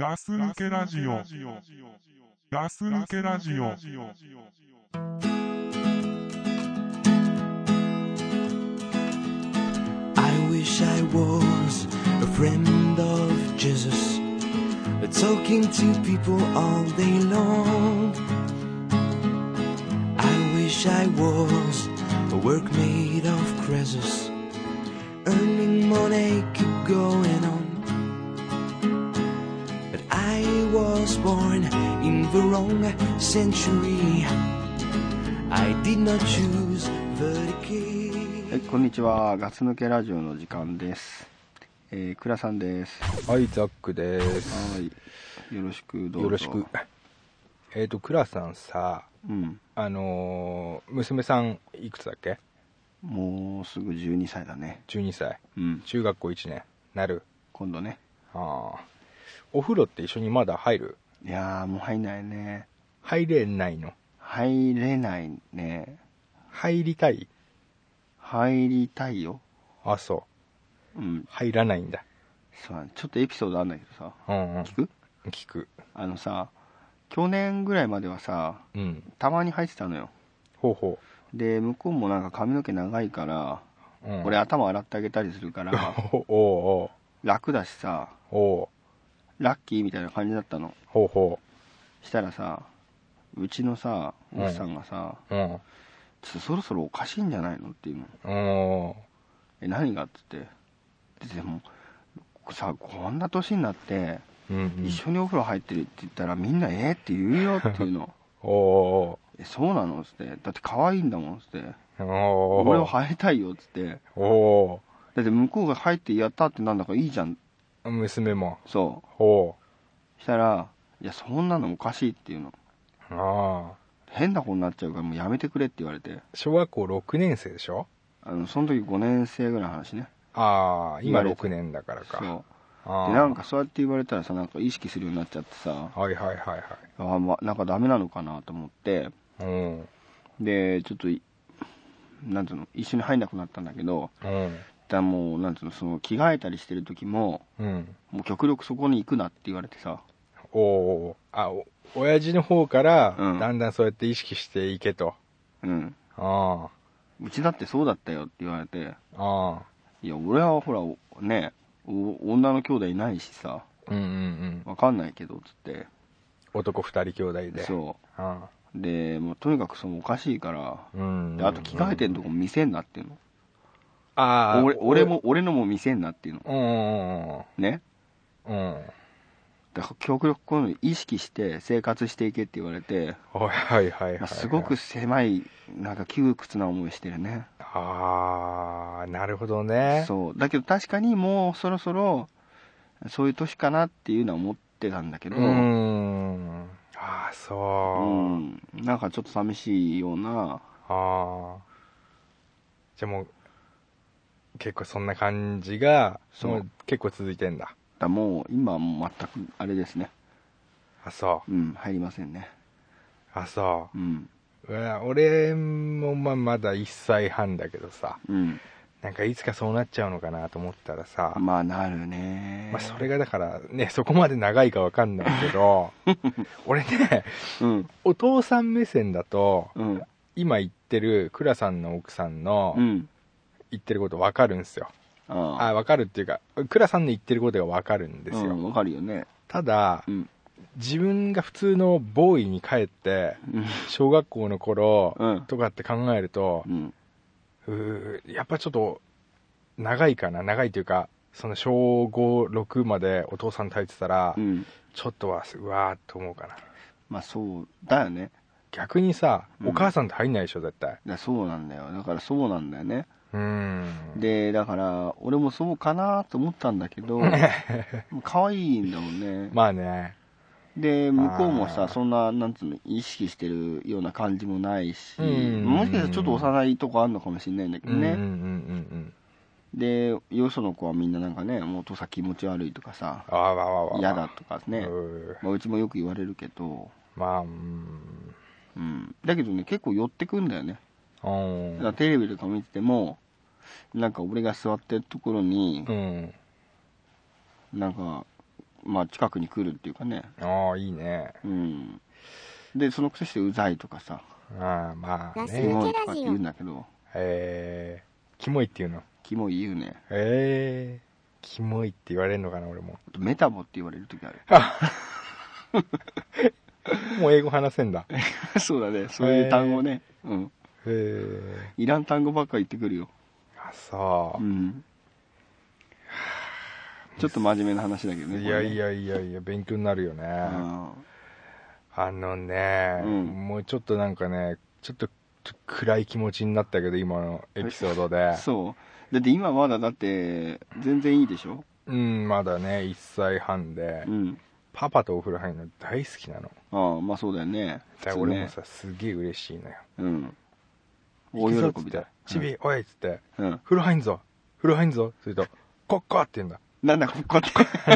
ガス抜けラジオ。ガス抜けラジオ。 I wish I was a friend of Jesus, talking to people all day long. I wish I was a workmate of Croesus, earning money, keep going on.But I was born in the wrong century. I did not choose the decay. はい、こんにちは。ガス抜けラジオの時間です。倉さんです。 はい、ザックです。 はい、よろしくどうぞ。 よろしく。倉さんさ、 うん。 娘さんいくつだっけ？ もうすぐ12歳だね。 12歳。 うん。 中学校1年なる。 今度ね。 ああ。お風呂って一緒にまだ入る？ いやー、もう入んないね。 入れないの？ 入れないね。 入りたい？ 入りたいよ。 あ、そう。 うん。 入らないんだ。 そう、ちょっとエピソードあるんだけどさ。 うんうん。 聞く？ 聞く。 さ、去年ぐらいまではさ、 うん。 たまに入ってたのよ。 ほうほで、向こうもなんか髪の毛長いから、 う。うん、 俺頭洗ってあげたりするからおう楽だしさ、 おうラッキーみたいな感じだったの。 ほうほしたらさ、うちのさ奥さんがさ、 う。うん。 ちょっとそろそろおかしいんじゃないのっていうの。 お何がっつって。でもさ、こんな年になって、 うんうん、 一緒にお風呂入ってるって言ったらみんなって言うよっていうの。 おそうなのっつって。だって可愛いんだもんっつって。 お俺は入りたいよっつって。 おだって向こうが入ってやったってなんだかいいじゃん。 娘も。 そう。 ほう。したら、いや、そんなのおかしいっていうの。 ああ。 変な子になっちゃうからもうやめてくれって言われて。 小学校6年生でしょ？ その時5年生ぐらいの話ね。 ああ、今6年だからか。 そう。 あで、なんかそうやって言われたらさ、なんか意識するようになっちゃってさ。 はいはいはいはい。 なんかダメなのかなと思って。 うん。 で、ちょっと、なんつうの、一緒に入んなくなったんだけど。 うん。 だもう、なんつうの、その、着替えたりしてる時も、 うん。 もう極力そこに行くなって言われてさ。 親父の方から、 うん、 だんだんそうやって意識していけと。 うん。 ああ。 うちだってそうだったよって言われて。 ああ。 いや、俺はほら、ね、女の兄弟いないしさ。 うんうんうん。 わかんないけど、つって。 男2人兄弟で。 そう。 ああ。 で、もうとにかくそのおかしいから。 うん。 で、あと着替えてんとこ見せんなっていうの。 ああ。 俺のも見せんなっていうの。ね。 うん。 だから極力こういうの意識して生活していけって言われて。 はいはいはい。 すごく狭い、なんか窮屈な思いしてるね。 ああ、なるほどね。 そう。だけど確かにもうそろそろ、そういう年かなっていうのは思ってたんだけど。 ああ、そう。 うん。なんかちょっと寂しいような。 ああ。じゃあもう、結構そんな感じが、そう結構続いてんだ。 もう今はもう全くあれですね。 あ、そう。 うん、入りませんね。 あ、そう。 うん。 俺もまだ1歳半だけどさ、 うん。 なんかいつかそうなっちゃうのかなと思ったらさ、 まあなるね。 まあそれがだからね、そこまで長いかわかんないけど、俺ね、 うん、 お父さん目線だと、 うん、 今言ってる倉さんの奥さんの言ってることわかるんですよ。わかるっていうか、倉さんの言ってることがわかるんですよ。 わかるよね。 ただ、自分が普通のボーイに帰って、小学校の頃とかって考えると、やっぱちょっと長いかな。長いというか、その小5、6までお父さんと入ってたら、ちょっとはうわーっと思うかな。 まあそうだよね。 逆にさ、お母さんと入んないでしょ絶対。 そうなんだよ。だからそうなんだよね。で、だから俺もそうかなと思ったんだけど可愛いんだもんね。 まあね。 で、向こうもさ、そんな、なんつうの、意識してるような感じもないし、もしかしたらちょっと幼いとこあるのかもしれないんだけどね。で、よその子はみんななんかね、もうお父さん気持ち悪いとかさ、嫌だとかね、うちもよく言われるけど、だけどね、結構寄ってくんだよね。だからテレビとか見てても、なんか俺が座ってるところに、なんか、 まあ近くに来るっていうかね。 ああ、いいね。 うん。で、そのくせしてうざいとかさ。 ああ、まあね。 キモいとかって言うんだけど。 キモいって言うの？ キモい言うね。 キモいって言われるのかな、俺も。 メタボって言われる時ある。 もう英語話せんだ。 そうだね、そういう単語ね。うん。いらん単語ばっか言ってくるよ。 あ、そう。 うん。ちょっと真面目な話だけどね。 いやいやいやいや、勉強になるよね。もうちょっとなんかね、ちょっと暗い気持ちになったけど、今のエピソードで。 そう。だって今まだだって全然いいでしょ？ うん、まだね、1歳半で、パパとお風呂入るの大好きなの。 ああ、まあそうだよね。 だから俺もさ、すげえ嬉しいのよ。 うん。 大喜びだ。チビ、おいっつって、風呂入んぞすると、コッコって言うんだ。 なんだコッコって。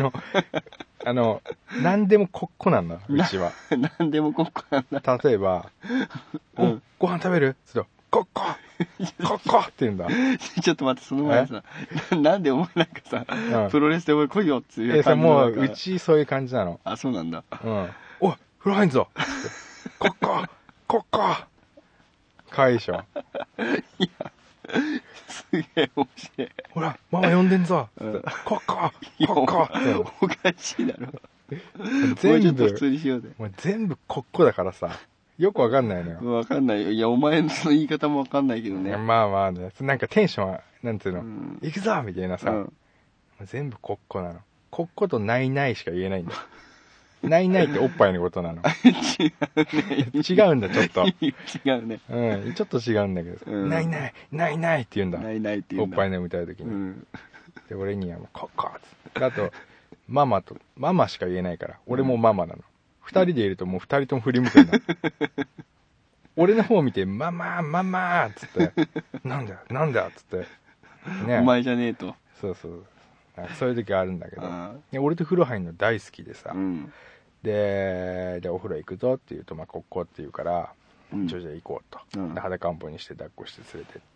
なんでもコッコなんだ、うちは。 なんでもコッコなんだ。 例えば、ご飯食べるすると、コッコって言うんだ。 ちょっと待って、その前にさ、なんでお前なんかさ、プロレスで来いよっていう感じ。 もう、うちそういう感じなの。 あ、そうなんだ。 おい、風呂入んぞコッコかわいいでしょ。 いや、すげえ面白い。 ほら、ママ呼んでんぞコッコおかしいだろ。 全部、 普通にしようぜ。 もう全部コッコだからさ、よくわかんないのよ。 わかんないよ。いや、お前のその言い方もわかんないけどね。 まあまあね、なんかテンションは、なんていうの、行くぞみたいなさ、全部コッコなの。コッコとナイナイしか言えないんだよ。ナイナイっておっぱいのことなの。違うんだ、ちょっと。 違うね。 うん、ちょっと違うんだけど、ナイナイって言うんだ。 ナイナイって言うんだ。 おっぱい飲みたい時に。で、俺にはもう、コッコって。あと、ママしか言えないから、俺もママなの。二人でいるともう二人とも振り向くんだ。俺の方を見て、ママーっつって、なんだっつって。 ね、お前じゃねえと。 そういう時あるんだけど、俺と風呂入るの大好きでさ、でお風呂行くぞって言うと、まあ、ここって言うから、じゃあ行こうと。で裸んぼにして抱っこして連れてって、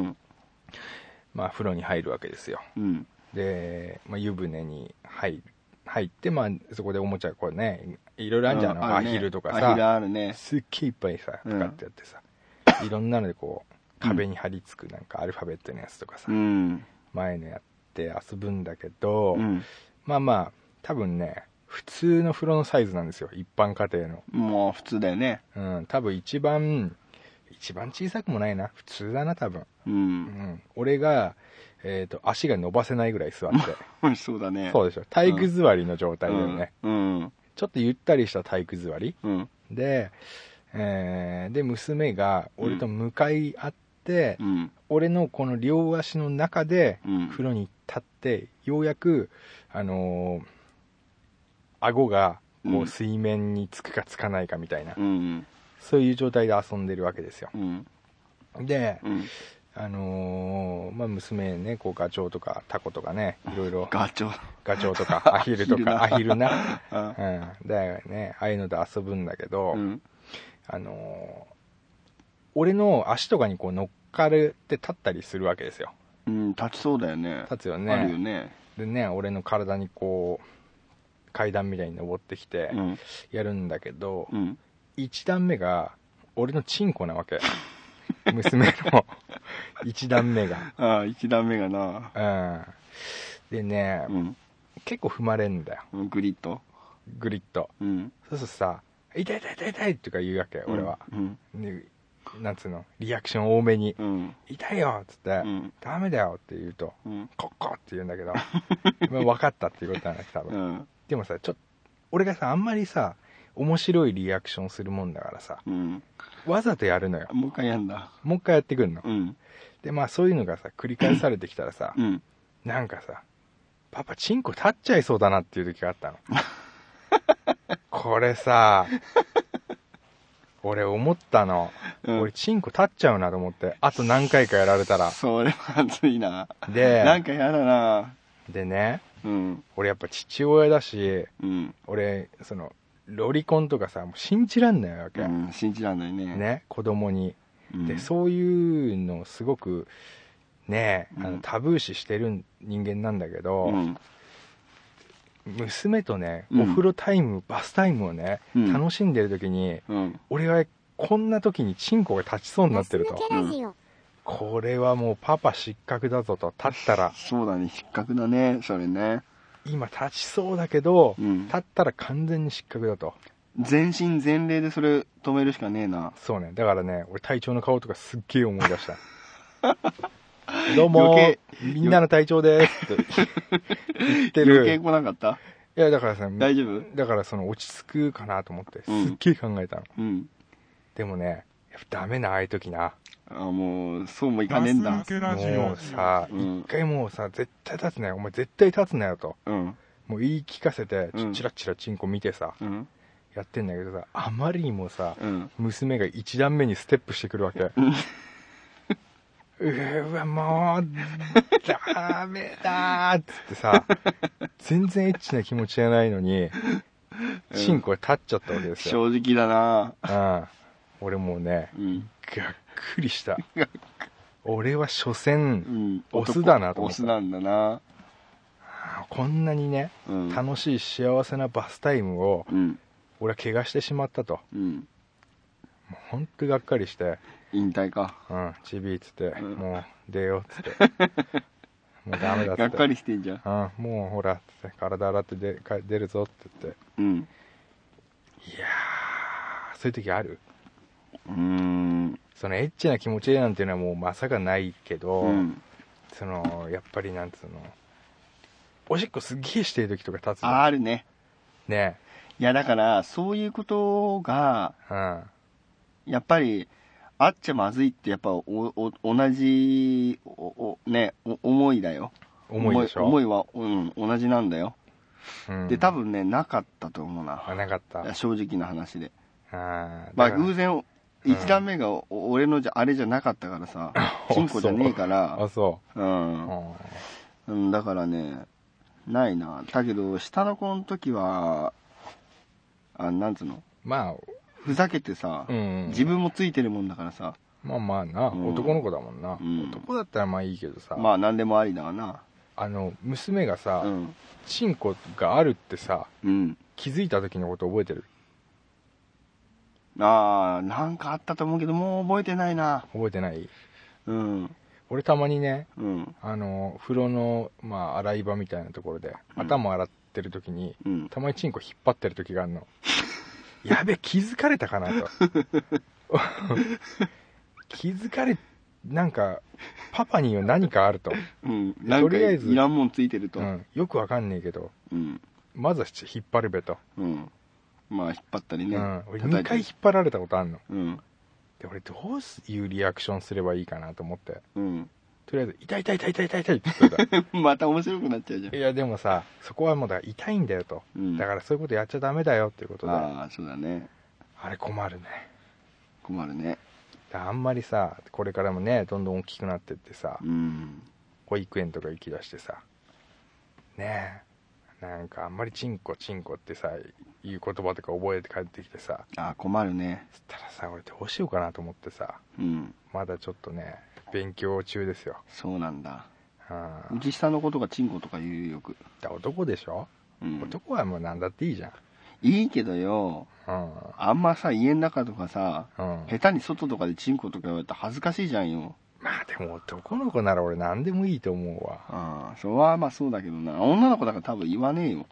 まあ、風呂に入るわけですよ。で、まあ、湯船に入って、まあ、そこでおもちゃこうね、いろいろあるんじゃん、アヒルとかさ、 アヒルあるね、 すっげえいっぱいさ、とかってやってさ、いろんなのでこう、壁に貼り付くなんかアルファベットのやつとかさ、前のやって遊ぶんだけど、まあまあ、多分ね、普通の風呂のサイズなんですよ、一般家庭の。 もう普通だよね。 多分一番小さくもないな、普通だな、多分。俺が、足が伸ばせないぐらい座って。 そうだね。 そうでしょ。体育座りの状態だよね。ちょっとゆったりした体育座り。で、娘が俺と向かい合って、俺のこの両足の中で風呂に立って、ようやく、顎がこう水面につくかつかないかみたいな、そういう状態で遊んでるわけですよ。で、まあ、娘ね、こうガチョウとかタコとかね、いろいろガチョウとかアヒルとかアヒルな、だよね、ああいうので遊ぶんだけど、俺の足とかにこう乗っかれて立ったりするわけですよ。 立ちそうだよね。 立つよね。 あるよね。 でね、俺の体にこう階段みたいに登ってきてやるんだけど、1段目が俺のチンコなわけ。娘の1段目が。 1段目がな。 でね、結構踏まれんだよ。 グリッと。 そうするとさ、痛いとか言うわけ、俺は。なんつうの、リアクション多めに。痛いよっつって、ダメだよって言うと、コッコって言うんだけど、分かったっていうことなんだけど、多分。でもさ、俺がさ、あんまりさ、面白いリアクションするもんだからさ、わざとやるのよ。 もう一回やんだ。 もう一回やってくんの。で、まあそういうのがさ、繰り返されてきたらさ、なんかさ、パパチンコ立っちゃいそうだなっていう時があったの。これさ、俺思ったの。俺チンコ立っちゃうなと思って、あと何回かやられたら。 それは熱いな。 で、 なんかやだな。 でね、俺やっぱ父親だし、俺、ロリコンとかさ、もう信じらんないわけ。 信じらんないね。 ね、子供に。で、そういうのすごく、ね、タブー視してる人間なんだけど、 娘とね、お風呂タイム、バスタイムをね、楽しんでる時に、俺はこんな時にチンコが立ちそうになってると、これはもうパパ失格だぞと。立ったらそうだね、失格だね、それね。 今立ちそうだけど、立ったら完全に失格だと。 全身全霊でそれ止めるしかねえな。 そうね、だからね、俺隊長の顔とかすっげえ思い出したどうもみんなの隊長ですって言ってる。 余計来なかった？ いやだからさ、 大丈夫？ だからその落ち着くかなと思ってすっげえ考えたの、でもね、やっぱダメな、ああいう時な。 もうそうもいかねえんだ。 もうさ、一回もうさ、絶対立つなよ、お前絶対立つなよと、もう言い聞かせて、チラチラチンコ見てさ、やってんだけどさ、あまりにもさ、娘が一段目にステップしてくるわけ、うわもうダメだーっつってさ全然エッチな気持ちがないのにチンコが立っちゃったわけですよ。 正直だな。 俺もうね、がっくりした俺は所詮、オスだなと思った。 オスなんだな。 こんなにね、楽しい幸せなバスタイムを、俺は怪我してしまったと、もうほんとがっかりして、 引退か。 チビーっつって、もう出ようっつってもうダメだっつって、 がっかりしてんじゃん。 もうほらっつって、体洗って出るぞって言って、いやー、そういう時ある？そのエッチな気持ちなんていうのはもうまさかないけど、そのやっぱりなんつうの、おしっこすっげえしてる時とか立つの。 あるね。 ね。 いやだからそういうことが、やっぱりあっちゃまずいって、やっぱ同じね、思いだよ。 思いでしょ。 思いは、同じなんだよ。で多分ね、なかったと思うな。 なかった。 正直な話で。まあ偶然一段目が俺のあれじゃなかったからさ、チンコじゃねえから。 あ、そう。 だからね、ないな。だけど下の子の時はなんつうの、 まあふざけてさ、自分もついてるもんだからさ。 まあまあな、男の子だもんな、男だったらまあいいけどさ、 まあ何でもありだわな。 娘がさ、チンコがあるってさ、気づいた時のこと覚えてる？ なんかあったと思うけどもう覚えてないな。 覚えてない？俺たまにね、風呂の、まあ、洗い場みたいなところで、頭洗ってる時に、たまにチンコ引っ張ってる時があるの。やべ、気づかれたかなと気づかれ、なんかパパには何かあると、とりあえずいらんもんついてると、 よくわかんねえけど、まずは引っ張るべと、 まあ引っ張ったりね、 俺2回引っ張られたことあんの、で俺どういうリアクションすればいいかなと思って、とりあえず痛い痛い痛い痛い痛い痛いって言ってたまた面白くなっちゃうじゃん。 いやでもさ、そこはもうだから痛いんだよと、だからそういうことやっちゃダメだよっていうことで。 そうだね。 あれ困るね。 困るね。 あんまりさ、これからもねどんどん大きくなってってさ、保育園とか行きだしてさ、ねえ、なんかあんまりチンコチンコってさいう言葉とか覚えて帰ってきてさ、 困るね。 そしたらさ、俺どうしようかなと思ってさ、まだちょっとね勉強中ですよ。 そうなんだ。うち下の子とかチンコとか言うよく。 男でしょ、男はもう何だっていいじゃん。 いいけどよ、あんまさ家の中とかさ、下手に外とかでチンコとか言われたら恥ずかしいじゃんよ。 まあでも男の子なら俺何でもいいと思うわ。 それはまあそうだけどな、女の子だから多分言わねえよ。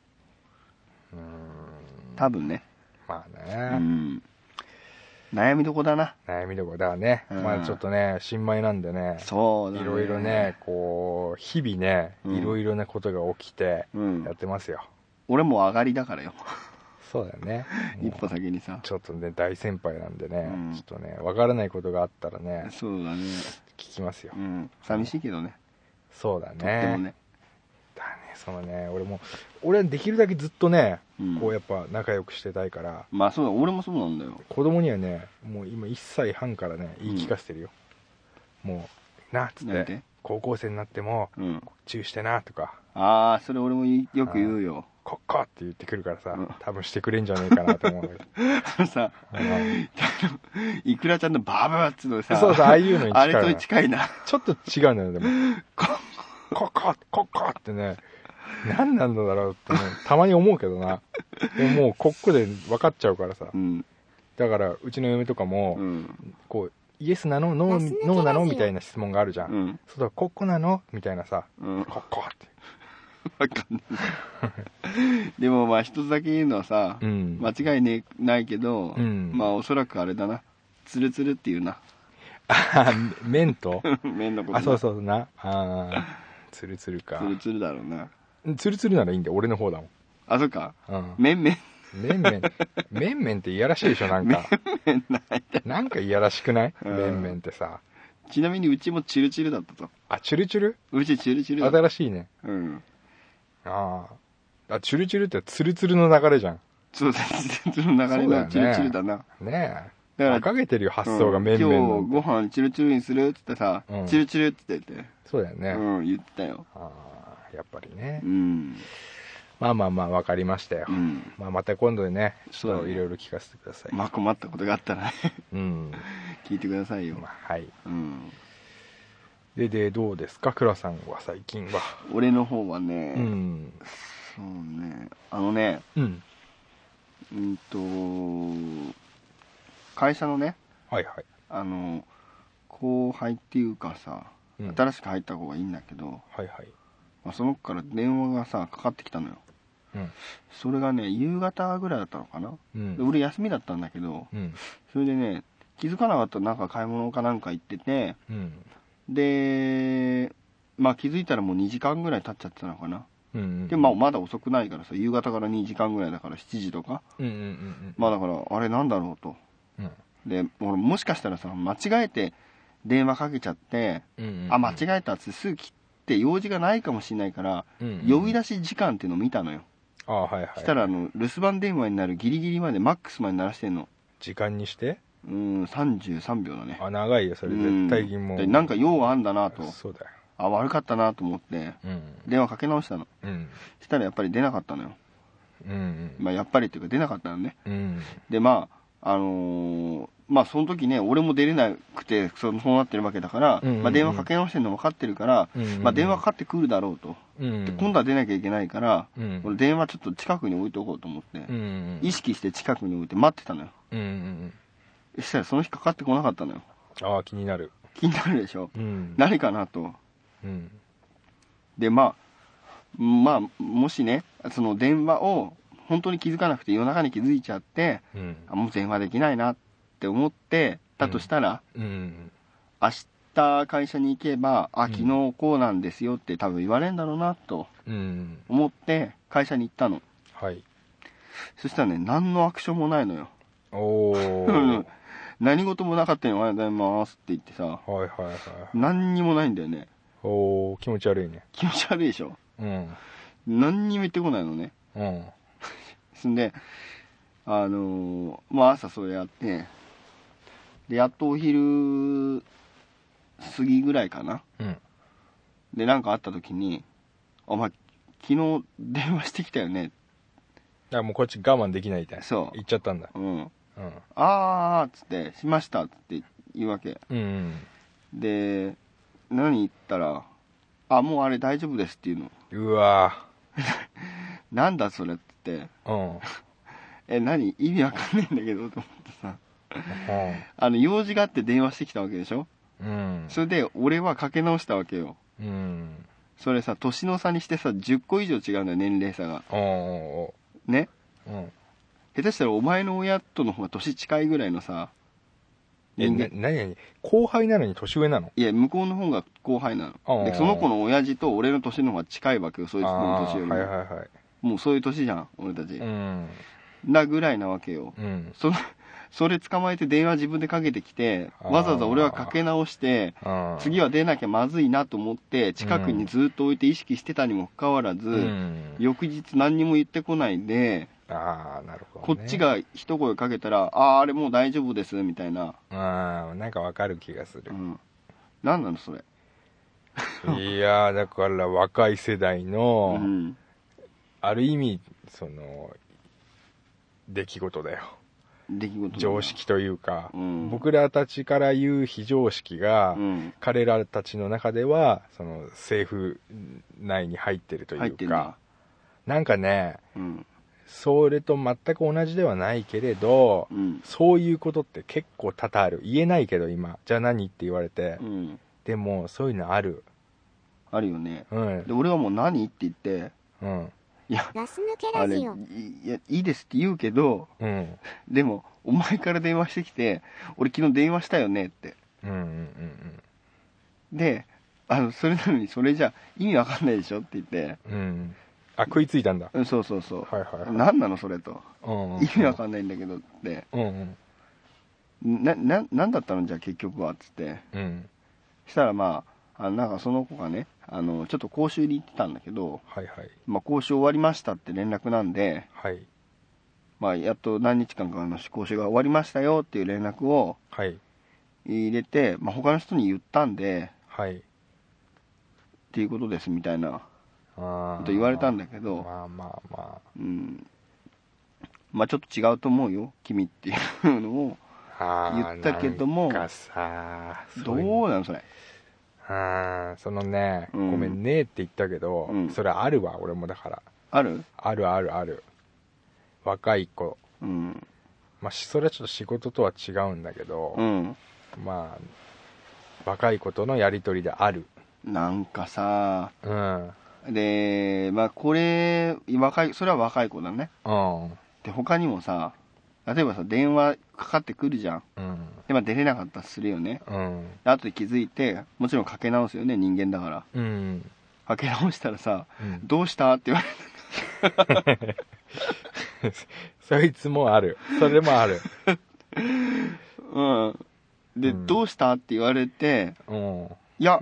多分ね。 まあね、 悩みどこだな。 悩みどこだからね、まあちょっとね新米なんでね、 そうだね、 いろいろねこう日々ね、いろいろなことが起きてやってますよ。 俺も上がりだからよ。 そうだよね。 一歩先にさ、 ちょっとね大先輩なんでね、ちょっとね分からないことがあったらね、 そうだね、 聞きますよ。 寂しいけどね。 そうだね。 とってもね。 だね、そのね、俺はできるだけずっとね、こうやっぱ仲良くしてたいから。 まあそうだ、俺もそうなんだよ。 子供にはね、もう今1歳半からね言い聞かせてるよ、もうなっつって、高校生になってもチューしてなとか。 それ俺もよく言うよ。 コッコって言ってくるからさ、多分してくれんじゃねえかなと思うけどさ、いくらちゃんのバブーっつうのさ、 そうああいうのに近い、 あれと近いな。 ちょっと違うんだよ。でもコッコってね、 何なんだろうってたまに思うけどな。でももうこっこで分かっちゃうからさ、だからうちの嫁とかも、こうイエスなのノーなのみたいな質問があるじゃん、そうだこっこなのみたいなさ、こっこって分かんないでもまあ一つだけ言うのはさ、間違いないけど、まあおそらくあれだな、ツルツルっていうな。 麺と麺のこと。 そうそうな。ツルツルか。 ツルツルだろうな。 ツルツルならいいんだよ、俺の方だもん。 そっか。麺っていやらしいでしょ、なんか。なんかいやらしくない？麺ってさ。 ちなみにうちもチルチルだったと。 チルチル？ うちチルチルだった。 新しいね。チルチルってツルツルの流れじゃん。 そうだ、ツルツルの流れのチルチルだな。 ねえ。だからかけてるよ、発想が麺今日ご飯チルチルにするって言ってさ、チルチルって言って。 そうだよね。 言ってたよ。 やっぱりね。まあ分かりましたよ。また今度でね、ちょっといろいろ聞かせてください。 困ったことがあったらね、聞いてくださいよ。 はい。でどうですか、倉さんは最近は。 俺の方はね、そうね、会社のね、後輩っていうかさ、新しく入った子がいいんだけど、その子から電話がさかかってきたのよ。それがね夕方ぐらいだったのかな。俺休みだったんだけど、それでね気づかなかったらなんか買い物かなんか行ってて、で気づいたらもう2時間ぐらい経っちゃってたのかな。でまだ遅くないからさ、夕方から2時間ぐらいだから7時とか、だからあれなんだろうと。で俺もしかしたらさ間違えて電話かけちゃって、間違えたってすぐ切って用事がないかもしれないから、呼び出し時間っていうのを見たのよ。したら留守番電話になるギリギリまでマックスまで鳴らしてんの。 時間にして 33秒だね。 長いよそれ。絶対もうなんか用があんだなと。 そうだよ。 悪かったなと思って、電話かけ直したの。したらやっぱり出なかったのよ。やっぱりっていうか出なかったのね。でその時ね俺も出れなくてそうなってるわけだから、電話かけ直してるの分かってるから、電話かかってくるだろうと。で今度は出なきゃいけないから、俺電話ちょっと近くに置いておこうと思って、意識して近くに置いて待ってたのよ。そしたらその日かかってこなかったのよ。 気になるでしょ。何かなと。でもしねその電話を本当に気づかなくて夜中に気づいちゃって、もう電話できないなって思ってたとしたら、明日会社に行けば昨日こうなんですよって多分言われるんだろうなと思って会社に行ったの。そしたらね何のアクションもないのよ。何事もなかったよ。おはようございますって言ってさ、何にもないんだよね。 気持ち悪いね。 気持ち悪いでしょ。何にも言ってこないのね。そんで朝それやって、でやっとお昼過ぎぐらいかな、でなんかあった時に「お前昨日電話してきたよね」 もうこっち我慢できないみたいな。 そう言っちゃったんだ。 っつって「しました」って言うわけ。で何言ったら「もうあれ大丈夫です」って言うの。 うわなんだそれって何意味わかんないんだけどと思ってさ、用事があって電話してきたわけでしょ。それで俺はかけ直したわけよ。それさ年の差にしてさ10個以上違うんだよ、年齢差がね。下手したらお前の親との方が年近いぐらいのさ何後輩なのに年上なの？ いや向こうの方が後輩なので、その子の親父と俺の年の方が近いわけよ、そいつの年よりも。もうそういう年じゃん俺たち、なぐらいなわけよ。それ捕まえて電話自分でかけてきて、わざわざ俺はかけ直して、次は出なきゃまずいなと思って近くにずっと置いて意識してたにもかかわらず、翌日何にも言ってこないで、 なるほどね、 こっちが一声かけたら「あれもう大丈夫です」みたいな。 なんかわかる気がする。 何なのそれ。 いやだから若い世代の、ある意味その出来事だよ。常識というか、僕らたちから言う非常識が、彼らたちの中ではその政府内に入ってるというか、 なんかね、 うん、 それと全く同じではないけれど、 うん、 そういうことって結構多々ある。言えないけど今、じゃあ何って言われて、 うん、 でもそういうのある。 あるよね。 うん。 で俺はもう何って言って、 うん。 いや、 ガス抜けあれ、 ラジオ。 いや、いいですって言うけど、 うん。 でも、お前から電話してきて、俺昨日電話したよねって。 うんうんうんで、それなのにそれじゃ意味わかんないでしょって言って、 うん。うん。あ、食いついたんだ。 うん、そうそうそう。 はいはいはい。 何なのそれと。 うんうん、 意味わかんないんだけどって。 うんうん。 なんだったのじゃあ結局はっつって。 うん。 したらまあ、なんかその子がね、ちょっと講習に行ってたんだけど、 はいはい。 まあ講習終わりましたって連絡なんで、 はい。 まあやっと何日間かの講習が終わりましたよっていう連絡をはい。 入れて、まあ他の人に言ったんで、 はい。 っていうことですみたいなあこと言われたんだけど、 まあまあまうん。まあちょっと違うと思うよ、君っていうのをあ。 言ったけども、 なんかさ、 どうなのそれ。 そのね、 うんごめんねって言ったけど、 うんそれあるわ、俺もだから。 ある？ あるあるある。若い子。 うん。 まあ、それはちょっと仕事とは違うんだけど、 うん。 まあ、若い子とのやりとりである。 なんかさ、 うん。 で、まあこれ、それは若い子だね。 うん。 で、他にもさ、例えばさ、電話かかってくるじゃん。 うん。 で、まあ出れなかったりするよね。 うん。 で後で気づいて、もちろんかけ直すよね、人間だから。 うん。 かけ直したらさ、 うんどうしたって言われて。 そいつもある。それもある。 うん。で、どうしたって言われて、 うん。 いや、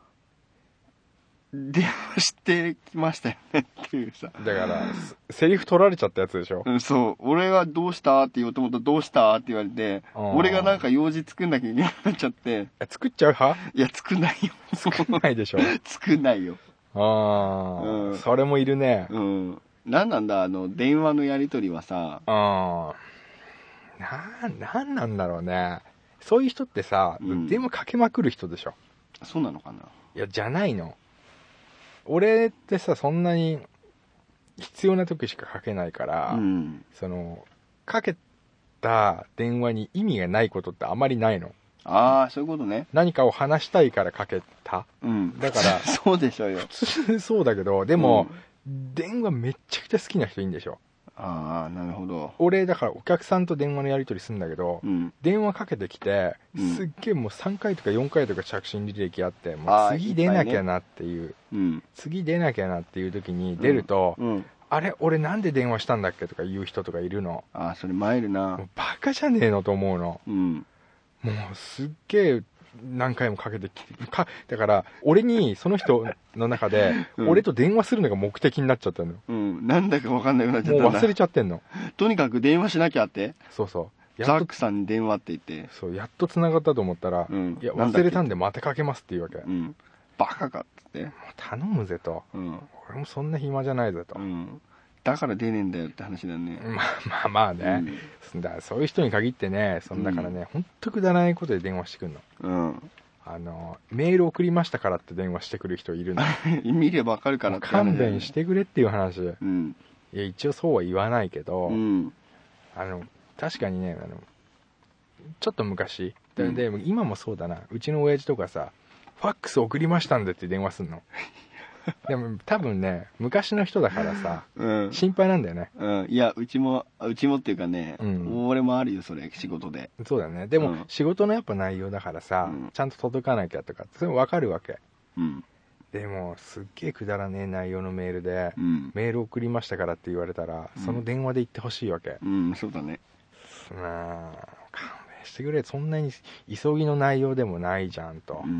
電話してきましたよねっていうさ。 だからセリフ取られちゃったやつでしょ。 うん、そう。俺がどうしたって言おうと思ったらどうしたって言われて、俺がなんか用事作んなきゃいけなくなっちゃって。 作っちゃう派？ いや、作んないよ。 作んないでしょ。 作んないよ。 ああ、うん、それもいるね。 うん。なんなんだ、電話のやりとりはさ。 ああ。なんなんだろうね。そういう人ってさ、うん、電話かけまくる人でしょ。 そうなのかな。 いや、じゃないの。俺ってさ、そんなに必要な時しかかけないから、うん、かけた電話に意味がないことってあまりないの。 ああ、そういうことね。 何かを話したいからかけた。うん。だから、 そうでしょうよ。 普通そうだけど、でも、うん、電話めっちゃくちゃ好きな人いるんでしょ。 ああ、なるほど。 俺、だからお客さんと電話のやり取りするんだけど、うん、電話かけてきて、すっげえもう3回とか4回とか着信履歴あって、もう次出なきゃなっていう、次出なきゃなっていう時に出ると、あれ俺なんで電話したんだっけとか言う人とかいるの。 ああ、それ参るな。 もうバカじゃねえのと思うの。もうすっげえ何回もかけてきてだから俺にその人の中で、俺と電話するのが目的になっちゃったのよ。 なんだか分かんなくなっちゃったんだ。 もう忘れちゃってんの。 とにかく電話しなきゃって。 そうそう。 ザックさんに電話って言って。 そう、やっと繋がったと思ったら、いや忘れたんでまたかけますって言うわけ。 バカかっつって。 もう頼むぜと。俺もそんな暇じゃないぜと。 だから出ねえんだよって話だよね。 まあね、だからそういう人に限ってね、だからね、ほんとくだらないことで電話してくるの。メール送りましたからって電話してくる人いるの。 見ればわかるからって勘弁してくれっていう話。いや一応そうは言わないけど、確かにね、ちょっと昔でも今もそうだな、うちの親父とかさ、ファックス送りましたんでって電話すんの。でも多分ね、昔の人だからさ、心配なんだよね。 いや、うちもっていうかね、俺もあるよ、それ、仕事で。 そうだね。でも、仕事のやっぱ内容だからさ、ちゃんと届かなきゃとか、それも分かるわけ。でも、すっげえくだらねえ内容のメールで、メール送りましたからって言われたら、その電話で言ってほしいわけ。 そうだね。 勘弁してくれ、そんなに急ぎの内容でもないじゃんと。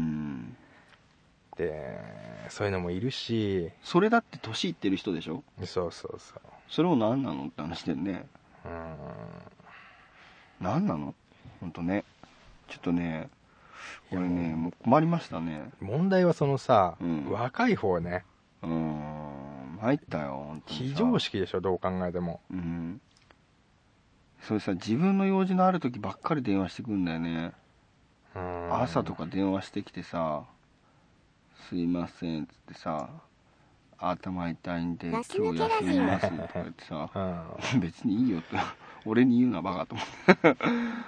でそういうのもいるし、 それだって年いってる人でしょ。 そうそうそう。 それを何なのって話だよね。何なの本当ね。ちょっとね、俺ね、もう困りましたね。 問題はそのさ、若い方ね。 参ったよ本当に。 非常識でしょ、どう考えても。 それさ、自分の用事のある時ばっかり電話してくるんだよね。朝とか電話してきてさ、すいませんっつってさ、 頭痛いんで今日休みますとか言ってさ、別にいいよって俺に言うなバカと思って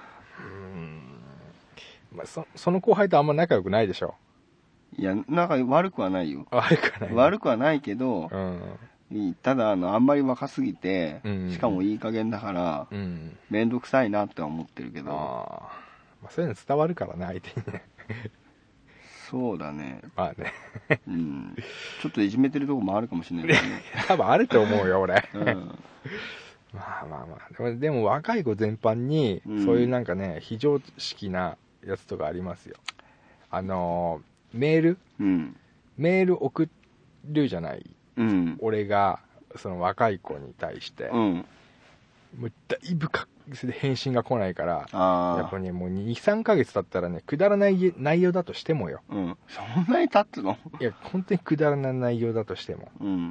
まあ、その後輩とあんま仲良くないでしょ。 いや仲悪くはないよ。悪くはないけど、ただあんまり若すぎて、しかもいい加減だから、面倒くさいなって思ってるけど、 まあ、そういうの伝わるからね相手にねそうだね。 まあねちょっといじめてるとこもあるかもしれないけどね多分あると思うよ俺、まあでも若い子全般にそういうなんかね、非常識なやつとかありますよ。メール送るじゃない、俺がその若い子に対して、もうだいぶ返信が来ないから、やっぱねもう 2,3 ヶ月経ったらね、くだらない内容だとしてもよ、 そんなに経つの？ いや本当にくだらない内容だとしても、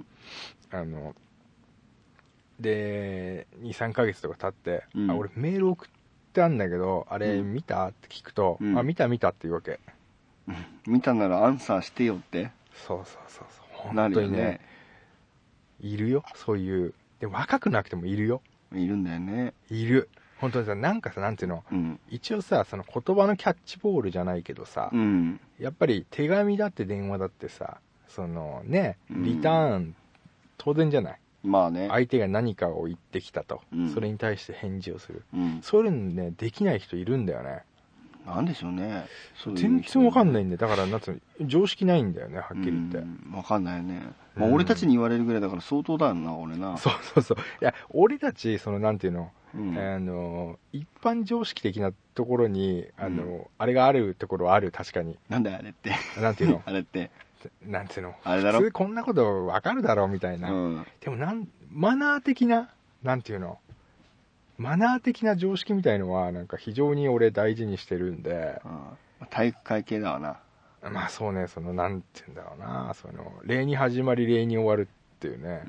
で 2,3 ヶ月とか経って、俺メール送ってあんだけどあれ見たって聞くと、見たって言うわけ。 見たならアンサーしてよって。 そう本当にね、いるよそういう。でも若くなくてもいるよ。 いるんだよね。 いる本当にさ、なんかさ、なんていうの、一応さ、その言葉のキャッチボールじゃないけどさ、やっぱり手紙だって電話だってさ、そのね、リターン当然じゃない。 まあね、 相手が何かを言ってきたと、それに対して返事をする、そういうのねできない人いるんだよね。 なんでしょうね。 全然わかんないんで、だからなんつうの、常識ないんだよね、はっきり言って。 わかんないよね。まあ、俺たちに言われるぐらいだから相当だよな、俺な。 そういや俺たちそのなんていうの、一般常識的なところにあれがあるところはある。確かに。 なんだよあれって。 なんていうのあれってなんていうの、 あれだろ、 普通こんなことわかるだろうみたいな、でもマナー的な、なんていうの、マナー的な常識みたいのはなんか非常に俺大事にしてるんで、 体育会系だわな。 まあそうね、そのなんていうんだろうな、その礼に始まり礼に終わるっていうね、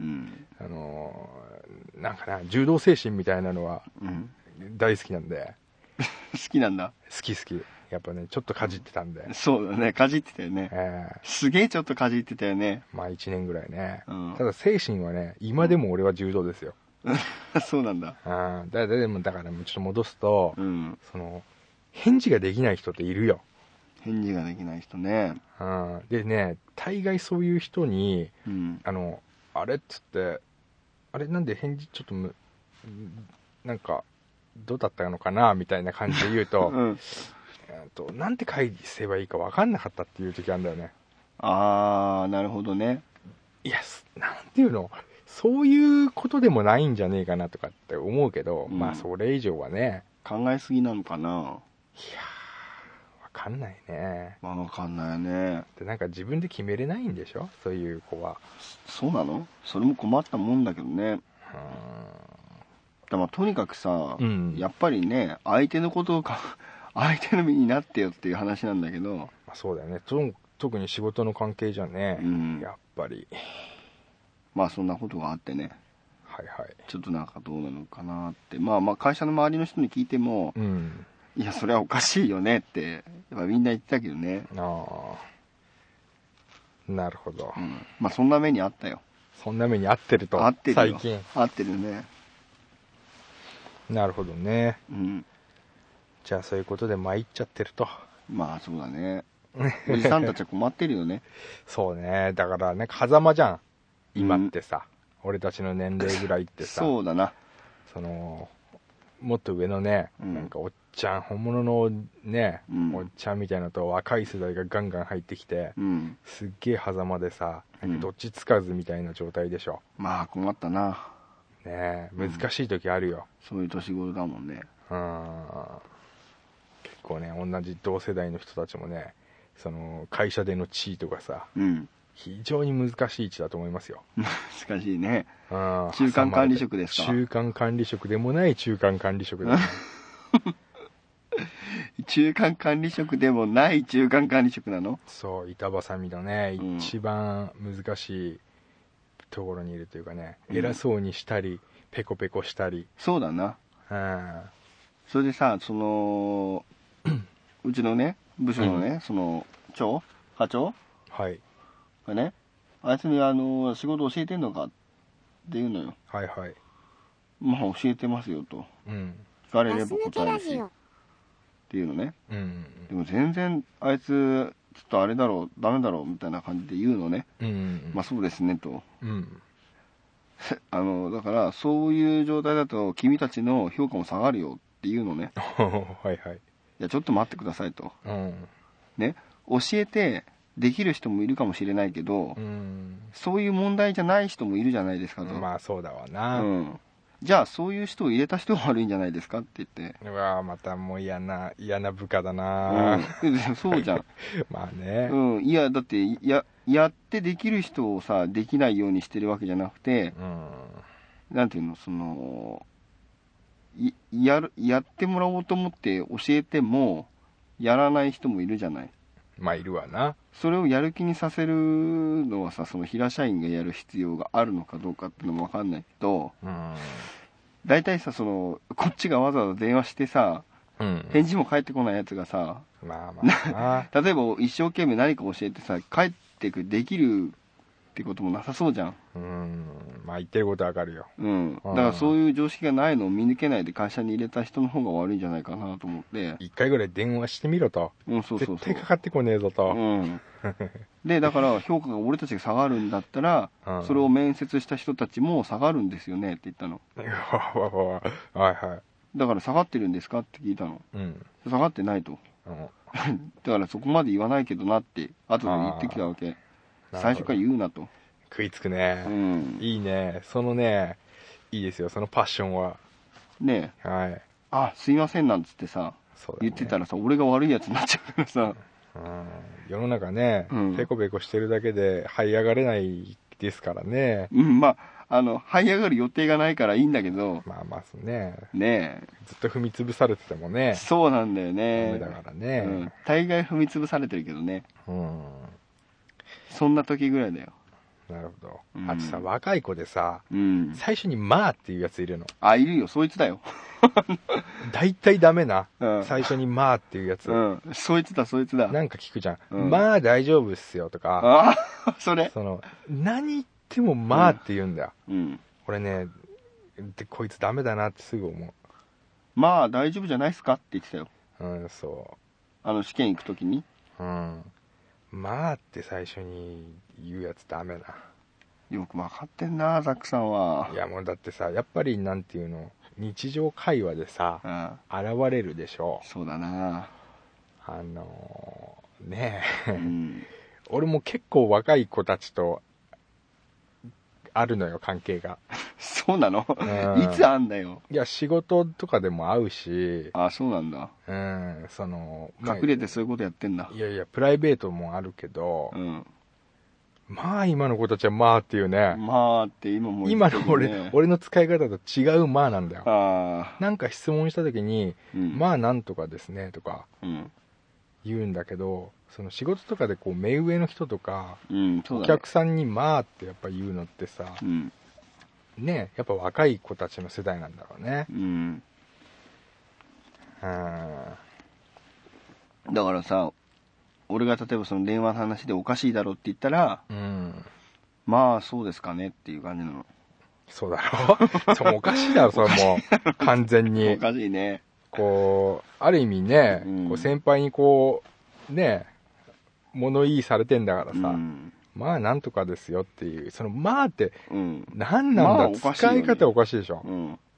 なんかな、柔道精神みたいなのは大好きなんで好きなんだ。 好きやっぱね、ちょっとかじってたんで、 そうだね、かじってたよね、すげえちょっとかじってたよね。 まあ1年ぐらいね、ただ精神はね、今でも俺は柔道ですよそうなんだ。 だからもうちょっと戻すと、その返事ができない人っているよ。 返事ができない人ね。 でね、大概そういう人に、あれっつって、あれなんで返事ちょっとなんかどうだったのかなみたいな感じで言うと、なんて返せばいいか分かんなかったっていう時あるんだよね。 なるほどね。 いや、なんていうの、そういうことでもないんじゃねえかなとかって思うけど、まあそれ以上はね、 考えすぎなのかな。 いや分かんないね。 まあ分かんないよね。 でなんか自分で決めれないんでしょ、そういう子は。 そうなの？それも困ったもんだけどね。まあとにかくさ、やっぱりね、相手のことを相手の身になってよっていう話なんだけど、 まあ、そうだよね。特に仕事の関係じゃね、やっぱりまあそんなことがあってね、ちょっとなんかどうなのかなって、まあ会社の周りの人に聞いても、いやそれはおかしいよねってやっぱみんな言ってたけどね。 なるほど、 まあそんな目にあったよ。 そんな目に遭ってると。 合ってるよ、 最近合ってるね。 なるほどね。じゃあそういうことで参っちゃってると。 まあそうだね。おじさんたちは困ってるよね。 そうね、だからね、狭間じゃん今ってさ、俺たちの年齢ぐらいってさ、 そうだな、 そのもっと上のね、なんかおっちゃん、本物のね、おっちゃんみたいなのと若い世代がガンガン入ってきて、すっげえ狭間でさ、なんかどっちつかずみたいな状態でしょ。 まあ困ったな。 ねえ、難しい時あるよ。 そういう年頃だもんね。 結構ね、同じ同世代の人たちもね、その会社での地位とかさ、非常に難しい位置だと思いますよ。 難しいね。中間管理職ですか。 中間管理職でもない中間管理職だね。 中間管理職でもない中間管理職なの？ そう、板挟みだね、一番難しいところにいるというかね、偉そうにしたりペコペコしたり。 そうだな。それでさ、そのうちのね部署のね、その課長がね、 あいつに仕事教えてんのかって言うのよ。 はいはい。 まあ教えてますよと、聞かれれば答えるしっていうのね、でも全然あいつちょっとあれだろうダメだろうみたいな感じで言うのね、まあそうですねと、だからそういう状態だと君たちの評価も下がるよっていうのねはいはい。いやちょっと待ってくださいと、ね、教えてできる人もいるかもしれないけど、そういう問題じゃない人もいるじゃないですかと。 まあそうだわな、 じゃあそういう人を入れた人が悪いんじゃないですかって言って。 うわまたもう嫌な部下だな、 そうじゃんまあね、 いやだってやってできる人をさできないようにしてるわけじゃなくて、なんていうの、そのやってもらおうと思って教えてもやらない人もいるじゃない。 まあいるわな。 それをやる気にさせるのはさ、その平社員がやる必要があるのかどうかっていうのも分かんないけど、大体さ、そのこっちがわざわざ電話してさ、返事も返ってこないやつがさ、 まあ例えば一生懸命何か教えてさ帰ってできるってこともなさそうじゃん。 まあ言ってることわかるよ。 だからそういう常識がないのを見抜けないで会社に入れた人の方が悪いんじゃないかなと思って、 一回ぐらい電話してみろと、絶対かかってこねえぞと、 でだから評価が俺たちが下がるんだったら、それを面接した人たちも下がるんですよねって言ったの。 はいはい。 だから下がってるんですかって聞いたの。下がってないと、だからそこまで言わないけどなって後で言ってきたわけ。最初から言うなと。 食いつくね、いいね、そのね、いいですよ、そのパッションはねえ、 はい、 あ、すいませんなんつってさ、言ってたらさ、俺が悪いやつになっちゃうからさ、 世の中ね、ペコペコしてるだけで這い上がれないですからね。 まあ這い上がる予定がないからいいんだけど、 まあねえずっと踏み潰されててもね、 そうなんだよね、 ダメだからね、 大概踏み潰されてるけどね、そんな時ぐらいだよ。 なるほど。あとさ、若い子でさ、最初にまあっていうやついるの。 いるよ、そいつだよ大体ダメな、最初にまあっていうやつ、 そいつだなんか聞くじゃん、まあ大丈夫っすよとか、 その何言ってもまあって言うんだよ、俺ねでこいつダメだなってすぐ思う。 まあ大丈夫じゃないっすかって言ってたよ。 そう、 試験行く時にまあって最初に言うやつダメな。 よく分かってんなザックさんは。 いやもうだってさ、やっぱりなんていうの、日常会話でさ、現れるでしょ。 そうだな。 ねえ、俺も結構若い子たちとあるのよ、関係が。 そうなの、いつあんだよ。 いや仕事とかでも会うし。 そうなんだ。隠れてそういうことやってんだ。 いやプライベートもあるけど、まあ今の子たちはまあっていうね。 まあって今も言ってるね。今の俺の使い方と違うまあなんだよ。なんか質問した時に、まあなんとかですねとか言うんだけど、その仕事とかでこう目上の人とか、お客さんにまあってやっぱ言うのってさ、ね、やっぱ若い子たちの世代なんだろうね。 だからさ、俺が例えばその電話の話でおかしいだろって言ったら、まあそうですかねっていう感じなの。 そうだろそれもおかしいだろそれもう完全におかしいね。 こうある意味ね、こう先輩にこうね物言いされてんだからさ、まあなんとかですよっていう、そのまあって何なんだ、使い方おかしいでしょ。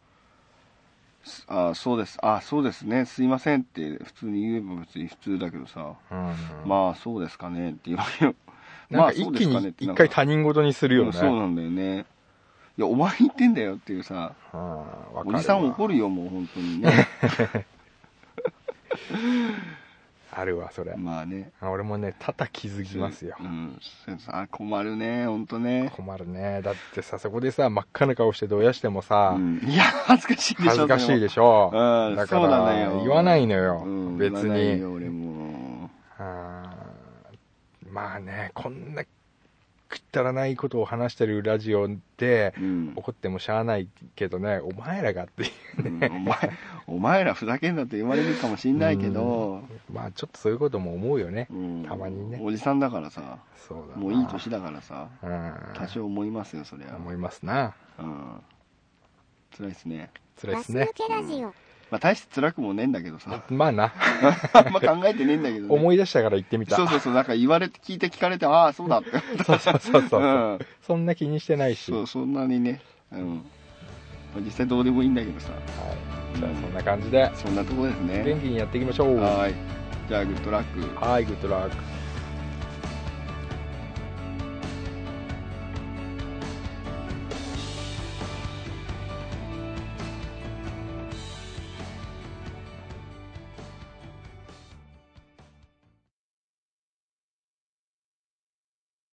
そうです、そうですね、すいませんって普通に言えば別に普通だけどさ、まあそうですかねって言うわけよ。 なんか一気に一回他人事にするよね。 そうなんだよね。いやお前言ってんだよっていうさ、おじさん怒るよもう本当にねあるわそれ。 まあね、 俺もね多々気づきますよ。 困るね本当ね。 困るね。だってさ、そこでさ真っ赤な顔してどやしてもさ、 いや恥ずかしいでしょ。 恥ずかしいでしょ。だから言わないのよ、別に。言わないよ俺も。まあね、こんなくったらないことを話してるラジオで、怒ってもしゃあないけどね、お前らがっていうね、 お前らふざけんなって言われるかもしんないけど、 まあちょっとそういうことも思うよね、たまにね。 おじさんだからさ、 そうだな、 もういい年だからさ、多少思いますよ、それは。 思いますな。 辛いですね。 辛いですね。 まあ大して辛くもねえんだけどさ。 まあな。 あんま考えてねえんだけどね。 思い出したから言ってみた。 そう、なんか言われて聞いて聞かれて、ああそうだって。 そう、そんな気にしてないし。 そんなにね。実際どうでもいいんだけどさ。はい。 じゃあそんな感じで。 そんなとこですね。 元気にやっていきましょう。 はい。じゃあグッドラック。 はい、グッドラック。